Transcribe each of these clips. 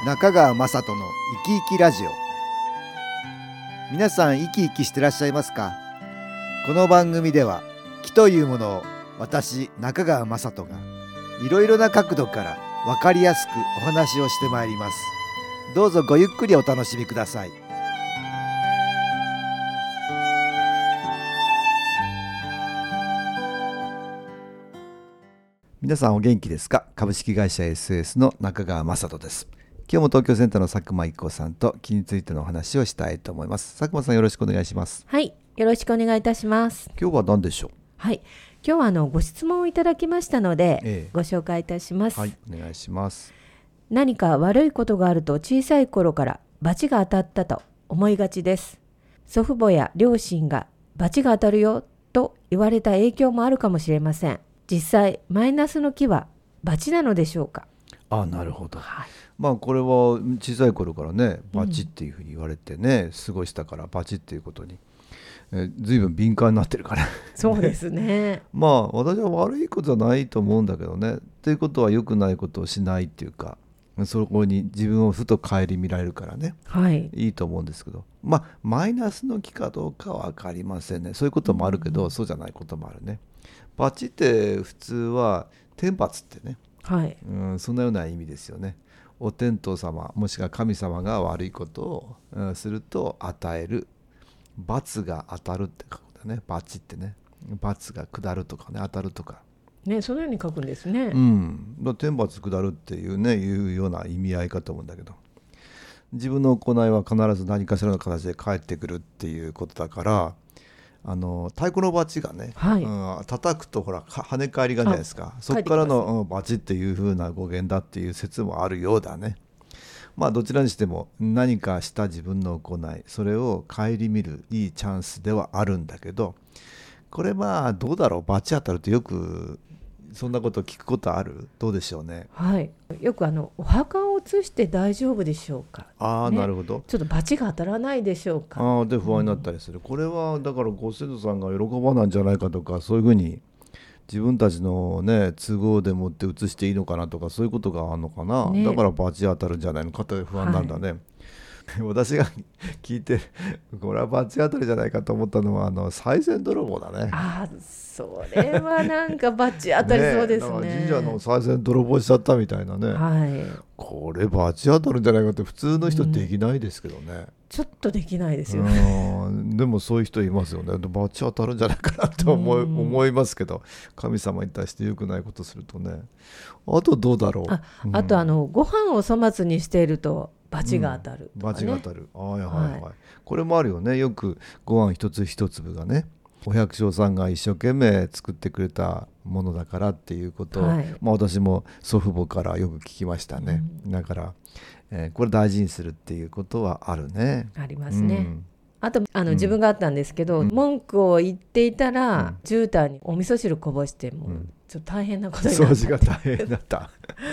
中川雅人の生き生きラジオ。皆さん生き生きしてらっしゃいますか？この番組では気というものを私中川雅人がいろいろな角度から分かりやすくお話をしてまいります。どうぞごゆっくりお楽しみください。皆さんお元気ですか？株式会社 SS の中川雅人です。今日も東京センターの佐久間一子さんと気についてのお話をしたいと思います。佐久間さん、よろしくお願いします。 はい、よろしくお願いいたします。 今日は何でしょう？ はい、今日はご質問をいただきましたので、ご紹介いたします。 はい、お願いします。 何か悪いことがあると小さい頃から罰が当たったと思いがちです。祖父母や両親が罰が当たるよと言われた影響もあるかもしれません。実際マイナスの木は罰なのでしょうか？ なるほど、 はい、 これは小さい頃からね、バチっていうふうに言われてね、過ごしたからバチっていうことに、随分敏感になってるからそうですね私は悪いことはないと思うんだけどね。ということは良くないことをしないっていうか、そこに自分をふと顧みられるからね、 はい、 いいと思うんですけど、マイナスの木かどうかは分かりませんね。そういうこともあるけど、そうじゃないこともあるね。バチって普通は天罰ってね、 はい、 そんなような意味ですよね。お天道様もしくは神様が悪いことを、すると与える罰が当たるって書くんだね。バチってね、罰が下るとかね、当たるとかね、そのように書くんですね。 天罰下るっていうね、いうような意味合いかと思うんだけど、自分の行いは必ず何かしらの形で返ってくるっていうことだから、太鼓のバチがね、 はい、 叩くとほら跳ね返りがじゃないですか。そこからの、バチっていう風な語源だっていう説もあるようだね。どちらにしても何かした自分の行い、それを顧みるいいチャンスではあるんだけど、これどうだろう。バチ当たるってよくそんなこと聞くことある？どうでしょうね。 はい、よくお墓を移して大丈夫でしょうか、 なるほど。 ちょっと罰が当たらないでしょうか。 で不安になったりする、これはだからご先祖さんが喜ばないんじゃないかとか、そういうふうに自分たちのね都合でもって移していいのかなとか、そういうことがあるのかな、だから罰当たるんじゃないのかって不安なんだね。私が聞いてこれは罰当たりじゃないかと思ったのは賽銭泥棒だね。 それはなんか罰当たりそうですね。 神社の賽銭泥棒しちゃったみたいなね、これ罰当たるんじゃないかって普通の人できないですけどね、 ちょっとできないですよね。 でもそういう人いますよね。罰当たるんじゃないかなと思いますけど、神様に対して良くないことするとね。あとどうだろう。 あとご飯を粗末にしていると罰が当たるとかね。 罰が当たる。これもあるよね。よくご飯一つ一粒がね、お百姓さんが一生懸命作ってくれたものだからっていうことを、私も祖父母からよく聞きましたね。だから、これ大事にするっていうことはあるね。 ありますね。あと自分があったんですけど、文句を言っていたら、絨毯にお味噌汁こぼしてもちょっと大変なことになった。 掃除が大変だった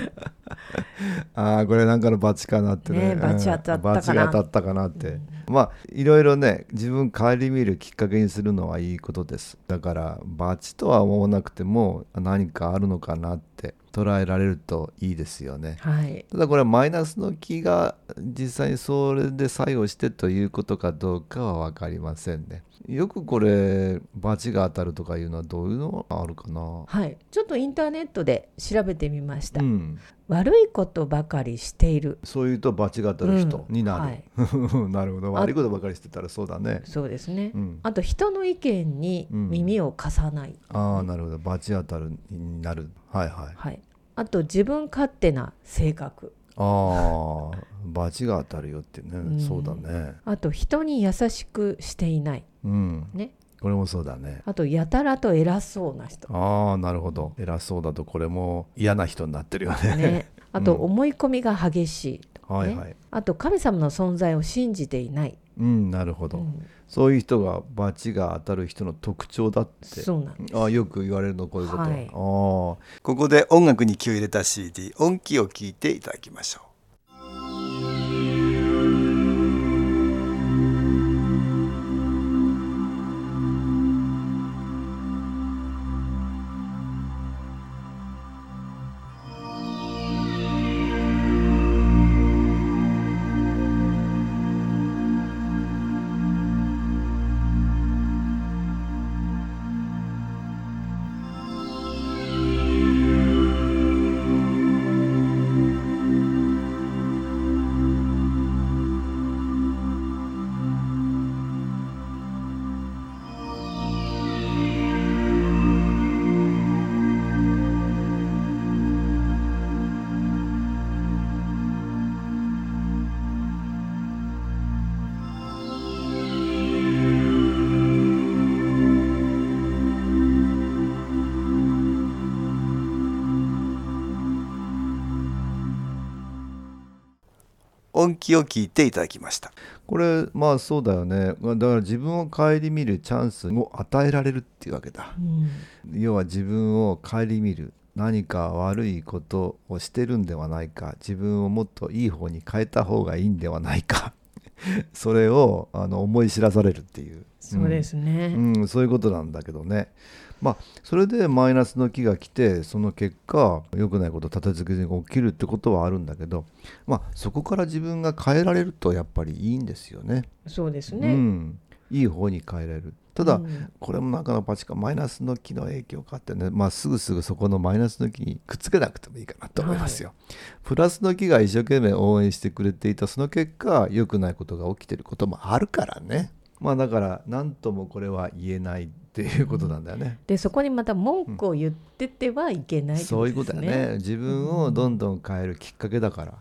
これなんかの罰かなってね、 罰当たったかな、 罰が当たったかなって、いろいろね、自分顧みるきっかけにするのはいいことです。だから罰とは思わなくても何かあるのかなって捉えられるといいですよね。ただこれはマイナスの気が実際にそれで作用してということかどうかは分かりませんね。よくこれ罰が当たるとかいうのはどういうのがあるかな。 ちょっとインターネットで調べてみました。悪いことばかりしている、 そういうと罰が当たる人になる、なるほど。悪いことばかりしてたらそうだね。 そうですね、あと人の意見に耳を貸さない、 なるほど。罰当たるになる。 あと自分勝手な性格、 罰が当たるよってね、そうだね。 あと人に優しくしていない、 これもそうだね。 あとやたらと偉そうな人、 なるほど。偉そうだとこれも嫌な人になってるよね。 あと思い込みが激しいとかね、あと神様の存在を信じていない、 なるほど、そういう人が罰が当たる人の特徴だって。 そうなんです。 よく言われるのこういうこと、ここで音楽に気を入れた CD 音気を聞いていただきましょう。 音気を聞いていただきました。これまあそうだよね。だから自分を顧みるチャンスを与えられるっていうわけだ、要は自分を顧みる、何か悪いことをしてるんではないか、自分をもっといい方に変えた方がいいんではないかそれを思い知らされるっていう、 そうですね、 そういうことなんだけどね。まあそれでマイナスの気が来て、その結果良くないこと立て続けに起きるってことはあるんだけど、まあそこから自分が変えられるとやっぱりいいんですよね。 そうですね、 いい方に変えられる。ただ、これもなかなかパチかマイナスの気の影響かってね、まあすぐそこのマイナスの気にくっつけなくてもいいかなと思いますよ、プラスの気が一生懸命応援してくれていた、その結果良くないことが起きてることもあるからね。まあだから何ともこれは言えないっていうことなんだよね、 でそこにまた文句を言っててはいけない、 そういうことだよね。自分をどんどん変えるきっかけだから、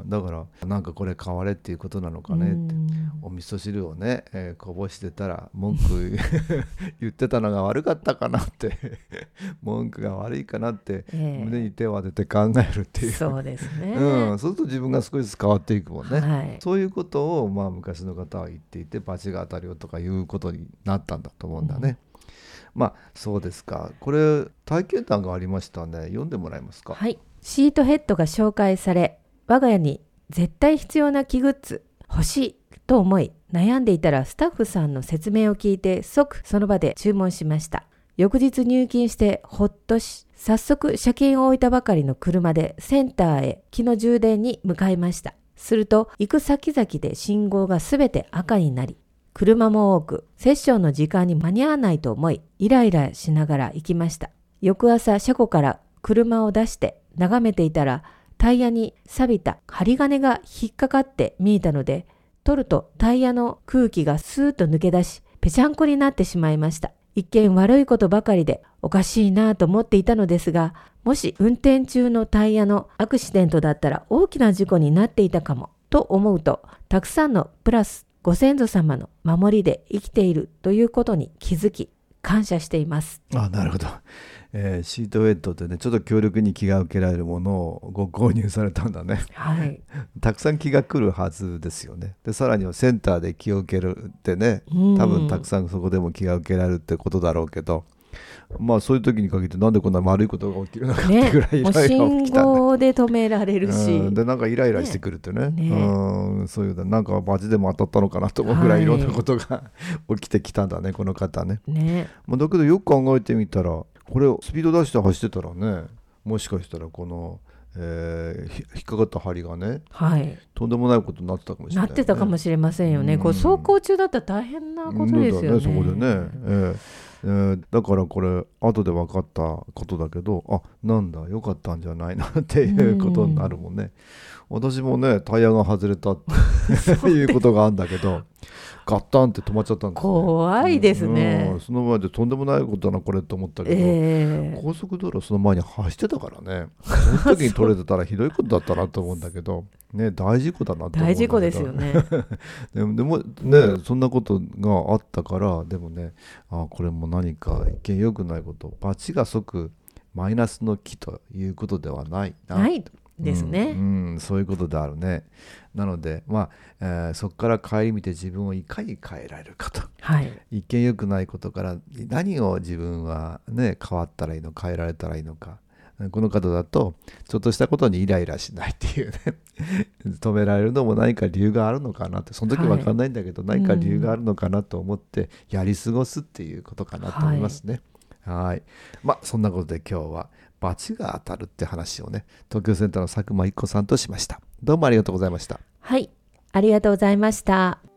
だからなんかこれ変われっていうことなのかねって、お味噌汁をね、こぼしてたら文句言ってたのが悪かったかなって文句が悪いかなって、胸に手を当てて考えるっていう、 そうですね、 そうすると自分が少しずつ変わっていくもんね、そういうことをまあ昔の方は言っていて、罰が当たるよとかいうことになったんだと思うんだね、まあそうですか。これ体験談がありましたね。読んでもらえますか。 はい。シートヘッドが紹介され、我が家に絶対必要な木グッズ欲しいと思い悩んでいたら、スタッフさんの説明を聞いて即その場で注文しました。翌日入金してほっとし、早速車検を置いたばかりの車でセンターへ木の充電に向かいました。すると行く先々で信号がすべて赤になり、車も多く、セッションの時間に間に合わないと思い、イライラしながら行きました。翌朝、車庫から車を出して眺めていたら、タイヤに錆びた針金が引っかかって見えたので、取るとタイヤの空気がスーッと抜け出し、ぺちゃんこになってしまいました。一見悪いことばかりでおかしいなと思っていたのですが、もし運転中のタイヤのアクシデントだったら大きな事故になっていたかもと思うと、たくさんのプラスご先祖様の守りで生きているということに気づき、感謝しています。 なるほど、シートウェットってね、ちょっと強力に気が受けられるものをご購入されたんだね、たくさん気が来るはずですよね。でさらにはセンターで気を受けるってね、多分たくさんそこでも気が受けられるってことだろうけど、まあそういう時に限ってなんでこんな悪いことが起きるのかってぐらいイライラ起きたんだ、 信号で止められるし、 でなんかイライラしてくるってね、そういうなんかバチでも当たったのかなと思うぐらいいろんなことが起きてきたんだね、この方ね。まあ、だけどよく考えてみたら、これスピード出して走ってたらね、もしかしたらこの引っかかった針がね、とんでもないことになってたかもしれない、 なってたかもしれませんよね。こう走行中だったら大変なことですよね。 そこでね、だからこれ後で分かったことだけど、なんだよかったんじゃないなっていうことになるもんね。私もねタイヤが外れたっていうことがあるんだけどガッタンって止まっちゃったんです、ね、 怖いですね、 その前でとんでもないことだなこれと思ったけど、高速道路その前に走ってたからね、その時に取れてたらひどいことだったなと思うんだけどね、大事故だなと思うんだけど、 大事故ですよねでもね、そんなことがあったから、でもね、これも何か一見良くないこと、罰が即マイナスの気ということではないですね、 そういうことであるね。なので、そこから顧みて自分をいかに変えられるかと、一見良くないことから何を自分は、変わったらいいの、変えられたらいいのか。この方だとちょっとしたことにイライラしないっていうね止められるのも何か理由があるのかなって、その時分かんないんだけど、何か理由があるのかなと思ってやり過ごすっていうことかなと思いますね。そんなことで今日は罰が当たるって話をね、東京センターの佐久間一子さんとしました。どうもありがとうございました。 ありがとうございました。